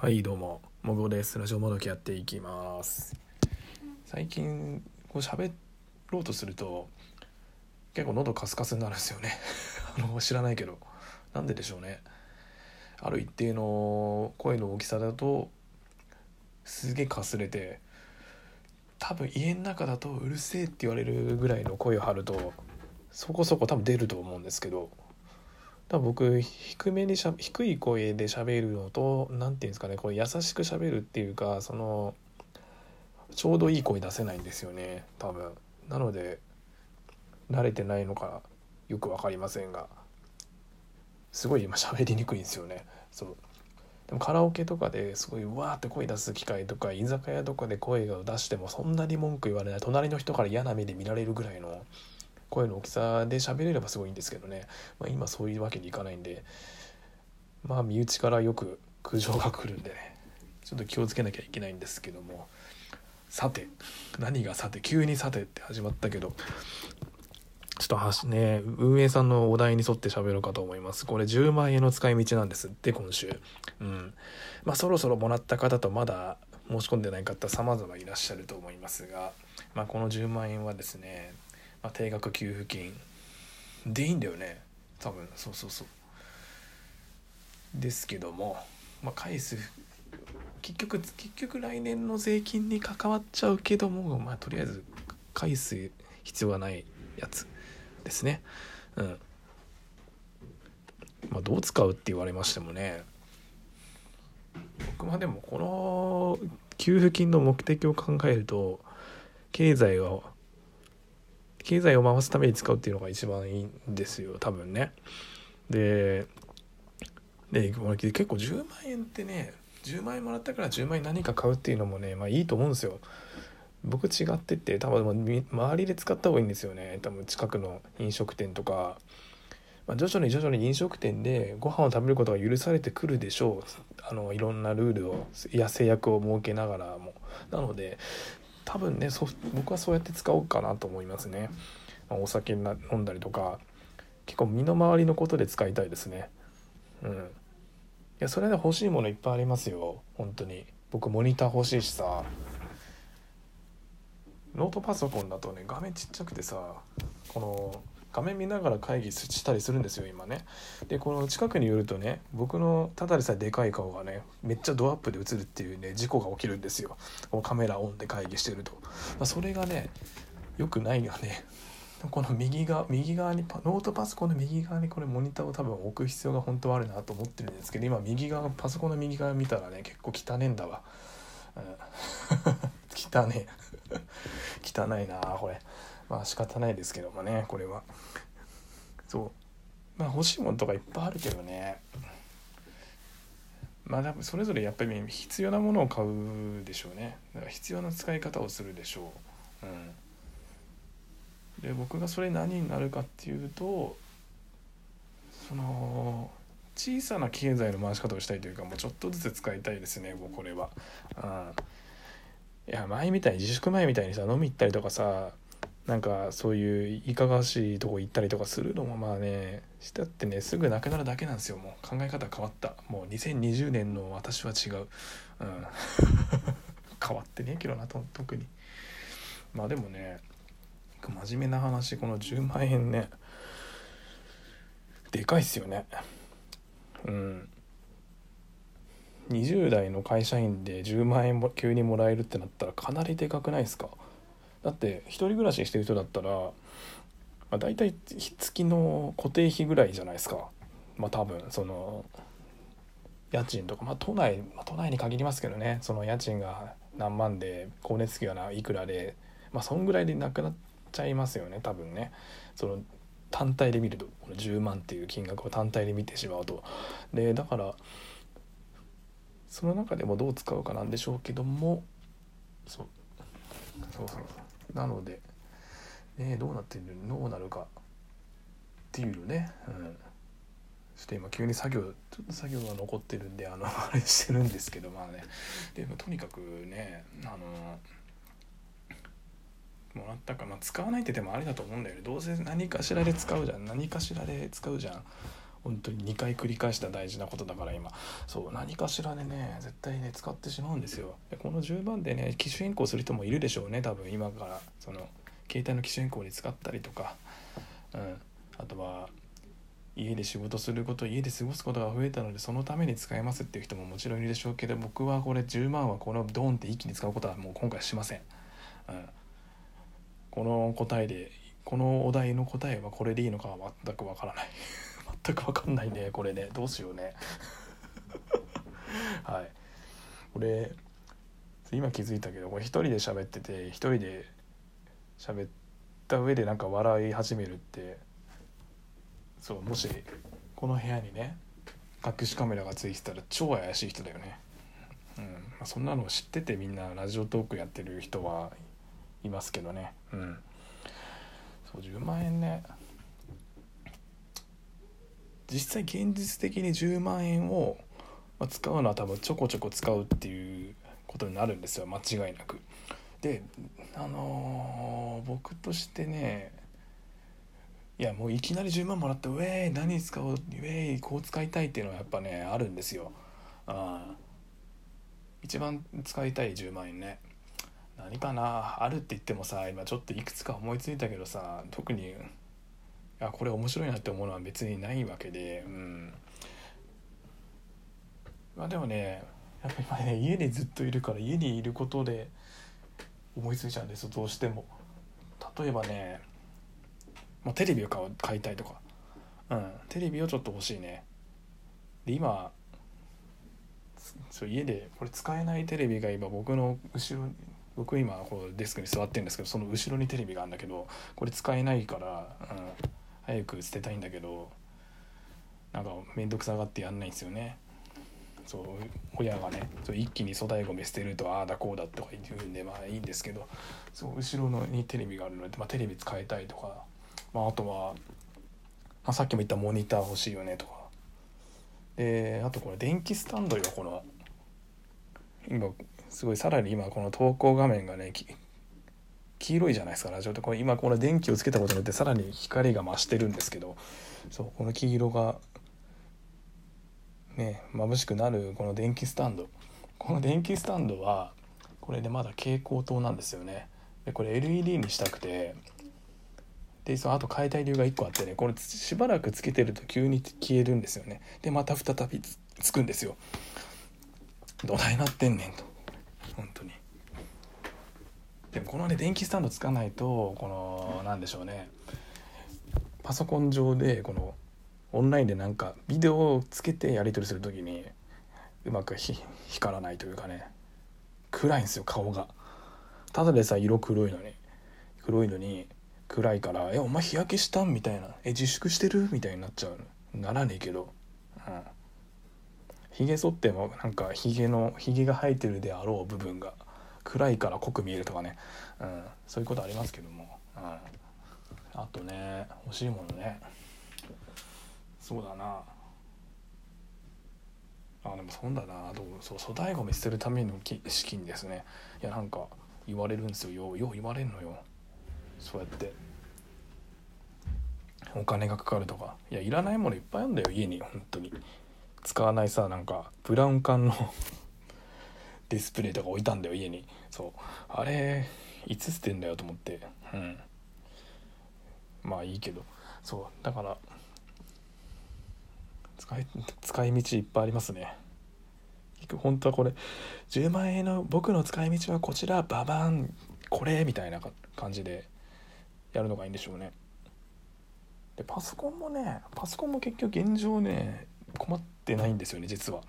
はいどうももぐおです。ラジオもどきやっていきます。最近こう喋ろうとすると結構喉カスカスになるんですよね知らないけどなんででしょうね。ある一定の声の大きさだとすげえかすれて、多分家の中だとうるせえって言われるぐらいの声を張るとそこそこ多分出ると思うんですけど、多分僕低い声で喋るのとなんていうんですかね、こう優しく喋るっていうか、ちょうどいい声出せないんですよね多分。なので慣れてないのかよく分かりませんが、すごい今喋りにくいんですよね。そうでもカラオケとかですごいわーって声出す機会とか居酒屋とかで声を出してもそんなに文句言われない、隣の人から嫌な目で見られるぐらいの声の大きさで喋れればすごいんですけどね、今そういうわけにいかないんで、身内からよく苦情が来るんでね、ちょっと気をつけなきゃいけないんですけども、さて何がさて急にさてって始まったけど、ちょっと運営さんのお題に沿って喋ろうかと思います。これ10万円の使い道なんですって今週。そろそろもらった方とまだ申し込んでない方様々いらっしゃると思いますが、この10万円はですね、定額給付金でいいんだよね多分。そうですけども、返す結局来年の税金に関わっちゃうけども、とりあえず返す必要がないやつですね。どう使うって言われましてもね、僕はでもこの給付金の目的を考えると、経済を回すために使うっていうのが一番いいんですよ多分ね。で結構10万円ってね、10万円もらったから10万円何か買うっていうのもね、いいと思うんですよ。僕違ってて、多分周りで使った方がいいんですよね。多分近くの飲食店とか、徐々に飲食店でご飯を食べることが許されてくるでしょう。いろんなルールを制約を設けながらも。なので多分ね、僕はそうやって使おうかなと思いますね。お酒飲んだりとか結構身の回りのことで使いたいですね。いやそれで欲しいものいっぱいありますよ本当に。僕モニター欲しいしさ、ノートパソコンだとね画面ちっちゃくてさ、この画面見ながら会議したりするんですよ今ね。でこの近くに寄るとね、僕のただでさえでかい顔がねめっちゃドアップで映るっていうね事故が起きるんですよ。このカメラオンで会議してると、それがね良くないよね。この右側にノートパソコンの右側にこれモニターを多分置く必要が本当はあるなと思ってるんですけど、今パソコンの右側見たらね結構汚ねえんだわ。汚ねえ汚いなこれ。仕方ないですけどもね、これは欲しいものとかいっぱいあるけどね、多分それぞれやっぱり必要なものを買うでしょうね。だから必要な使い方をするでしょう。で僕がそれ何になるかっていうと、小さな経済の回し方をしたいというか、もうちょっとずつ使いたいですねもうこれは。いや前みたいに自粛前みたいにさ飲み行ったりとかさ、なんかそういういかがわしいとこ行ったりとかするのもしたってねすぐなくなるだけなんですよ。もう考え方変わった。もう2020年の私は違う。変わってねえけどな特に。でもね、真面目な話、この10万円ねでかいっすよね。20代の会社員で10万円も急にもらえるってなったらかなりでかくないですか。だって一人暮らししてる人だったら、だいたい月の固定費ぐらいじゃないですか。多分家賃とか、都内に限りますけどね、その家賃が何万で光熱費がいくらで、そんぐらいでなくなっちゃいますよね多分ね。単体で見ると、この10万っていう金額を単体で見てしまうと。でだからその中でもどう使うかなんでしょうけども、そうなので、どうなってるのどうなるかっていうね。ちょっと今急にちょっと作業が残ってるんであれしてるんですけど、でもとにかくねもらったか、使わないって手もありだと思うんだよね。どうせ何かしらで使うじゃん本当に2回繰り返した大事なことだから今そう何かしらでね絶対ね使ってしまうんですよ。この10番でね機種変更する人もいるでしょうね多分今からその携帯の機種変更に使ったりとか、あとは家で仕事すること家で過ごすことが増えたのでそのために使えますっていう人ももちろんいるでしょうけど僕はこれ10万はこのドーンって一気に使うことはもう今回しません、この答えでこのお題の答えはこれでいいのかは全くわからない全くわかんないねこれねどうしようねはいこれ今気づいたけどこれ一人で喋ってて一人で喋った上でなんか笑い始めるってそうもしこの部屋にね隠しカメラがついてたら超怪しい人だよね、そんなのを知っててみんなラジオトークやってる人はいますけどね、そう10万円ね実際現実的に10万円を使うのは多分ちょこちょこ使うっていうことになるんですよ間違いなく。で僕としてねいやもういきなり10万もらってウェーイ何使おうウェーイこう使いたいっていうのはやっぱねあるんですよ。一番使いたい10万円ね何かなあるって言ってもさ今ちょっといくつか思いついたけどさ特にこれ面白いなって思うのは別にないわけで、でもねやっぱり今ね家にずっといるから家にいることで思いついちゃうんですどうしても。例えばね、テレビを買いたいとか、テレビをちょっと欲しいね。で今家でこれ使えないテレビが今僕の後ろに僕今こうデスクに座ってるんですけどその後ろにテレビがあるんだけどこれ使えないから、早く捨てたいんだけどなんかめんどくさがってやんないんですよね。そう親がね一気に粗大ごみ捨てるとああだこうだとか言うんでいいんですけどそう後ろにテレビがあるので、テレビ使いたいとか、あとは、さっきも言ったモニター欲しいよねとかであとこれ電気スタンドよこの今すごいさらに今この投稿画面がね黄色いじゃないですかラジオってこれ今この電気をつけたことによってさらに光が増してるんですけどそうこの黄色がね眩しくなるこの電気スタンドこの電気スタンドはこれでまだ蛍光灯なんですよね。でこれ LED にしたくてであと変えたい理由が1個あってねこれしばらくつけてると急に消えるんですよね。でまた再びつくんですよ。どないなってんねんと本当に。でもこのね電気スタンドつかないとこのなんでしょうねパソコン上でこのオンラインでなんかビデオをつけてやり取りするときにうまく光らないというかね暗いんですよ顔が。ただでさ色黒いのに暗いからお前日焼けしたんみたいな自粛してるみたいになっちゃうのならねえけど、ひげ剃ってもなんかひげが生えてるであろう部分が暗いから濃く見えるとかね、そういうことありますけども、あとね欲しいものねそうだなでもそうだなそう粗大ごみ捨てるための資金ですね。いやなんか言われるんですよよう言われんのよそうやってお金がかかるとかいらないものいっぱいあるんだよ家に本当に使わないさなんかブラウン管のディスプレイとか置いたんだよ家に。そうあれいつ捨てんだよと思って、まあいいけどそうだから使い道いっぱいありますね。本当はこれ10万円の僕の使い道はこちらババンこれみたいな感じでやるのがいいんでしょうね。でパソコンも結局現状ね困ってないんですよね実は。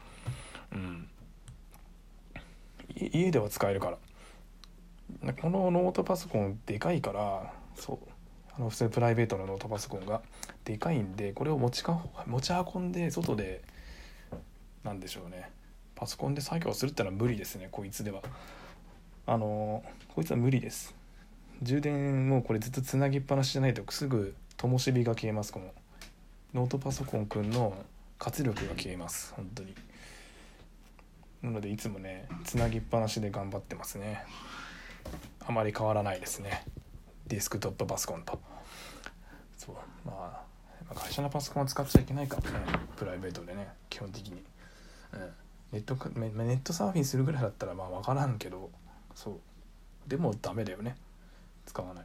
家では使えるからこのノートパソコンでかいから普通にプライベートのノートパソコンがでかいんでこれを持ち運んで外でなんでしょうねパソコンで作業するってのは無理ですねこいつでは。こいつは無理です。充電もこれずっとつなぎっぱなしじゃないとすぐ灯火が消えます。このノートパソコンくんの活力が消えます本当に。なのでいつもねつなぎっぱなしで頑張ってますね。あまり変わらないですねデスクトップパソコンと。そう会社のパソコンは使っちゃいけないからね、プライベートでね、基本的に、ネットサーフィンするぐらいだったらまあ分からんけど、そうでもダメだよね、使わない。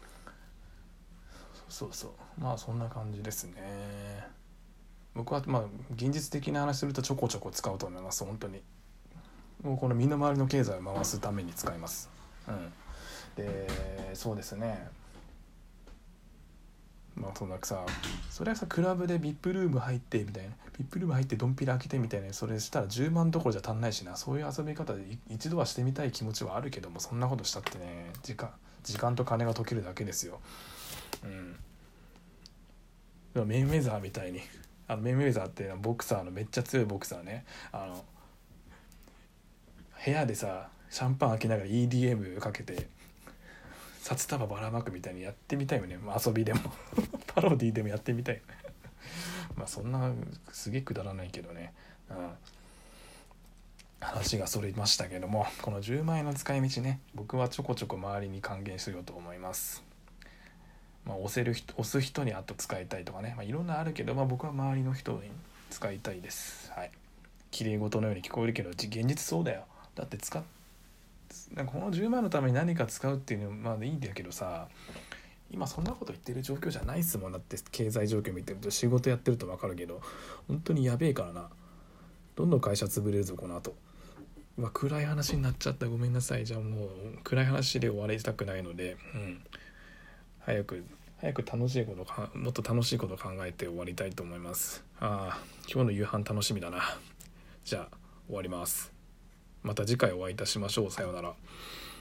そうまあそんな感じですね。僕はまあ現実的な話するとちょこちょこ使うと思います。本当にもうこの身の回りの経済を回すために使います。でそうですね、まあそんなさ、それはさクラブで VIP ルーム入ってみたいな、 VIP ルーム入ってドンピラ開けてみたいな、それしたら10万どころじゃ足んないしな。そういう遊び方で一度はしてみたい気持ちはあるけども、そんなことしたってね、時間と金が溶けるだけですよ。でもメインウェザーみたいに、メインウェザーっていうのはボクサーのめっちゃ強いボクサーね、部屋でさシャンパン開けながら EDM かけて札束ばらまくみたいにやってみたいよね、遊びでもパロディでもやってみたいまあそんなすげえくだらないけどね、話がそれましたけども、この10万円の使い道ね、僕はちょこちょこ周りに還元しようと思います。押す人にあと使いたいとかね、いろんなあるけど、僕は周りの人に使いたいです。はい。綺麗事のように聞こえるけど現実そうだよ。だってなんかこの10万のために何か使うっていうのはまあいいんだけどさ、今そんなこと言ってる状況じゃないっすもん。だって経済状況見てると、仕事やってると分かるけど本当にやべえからな。どんどん会社潰れるぞこの後。暗い話になっちゃった、ごめんなさい。じゃあもう暗い話で終わりたくないので、早く楽しいこともっと楽しいこと考えて終わりたいと思います。今日の夕飯楽しみだな。じゃあ終わります。また次回お会いいたしましょう。さようなら。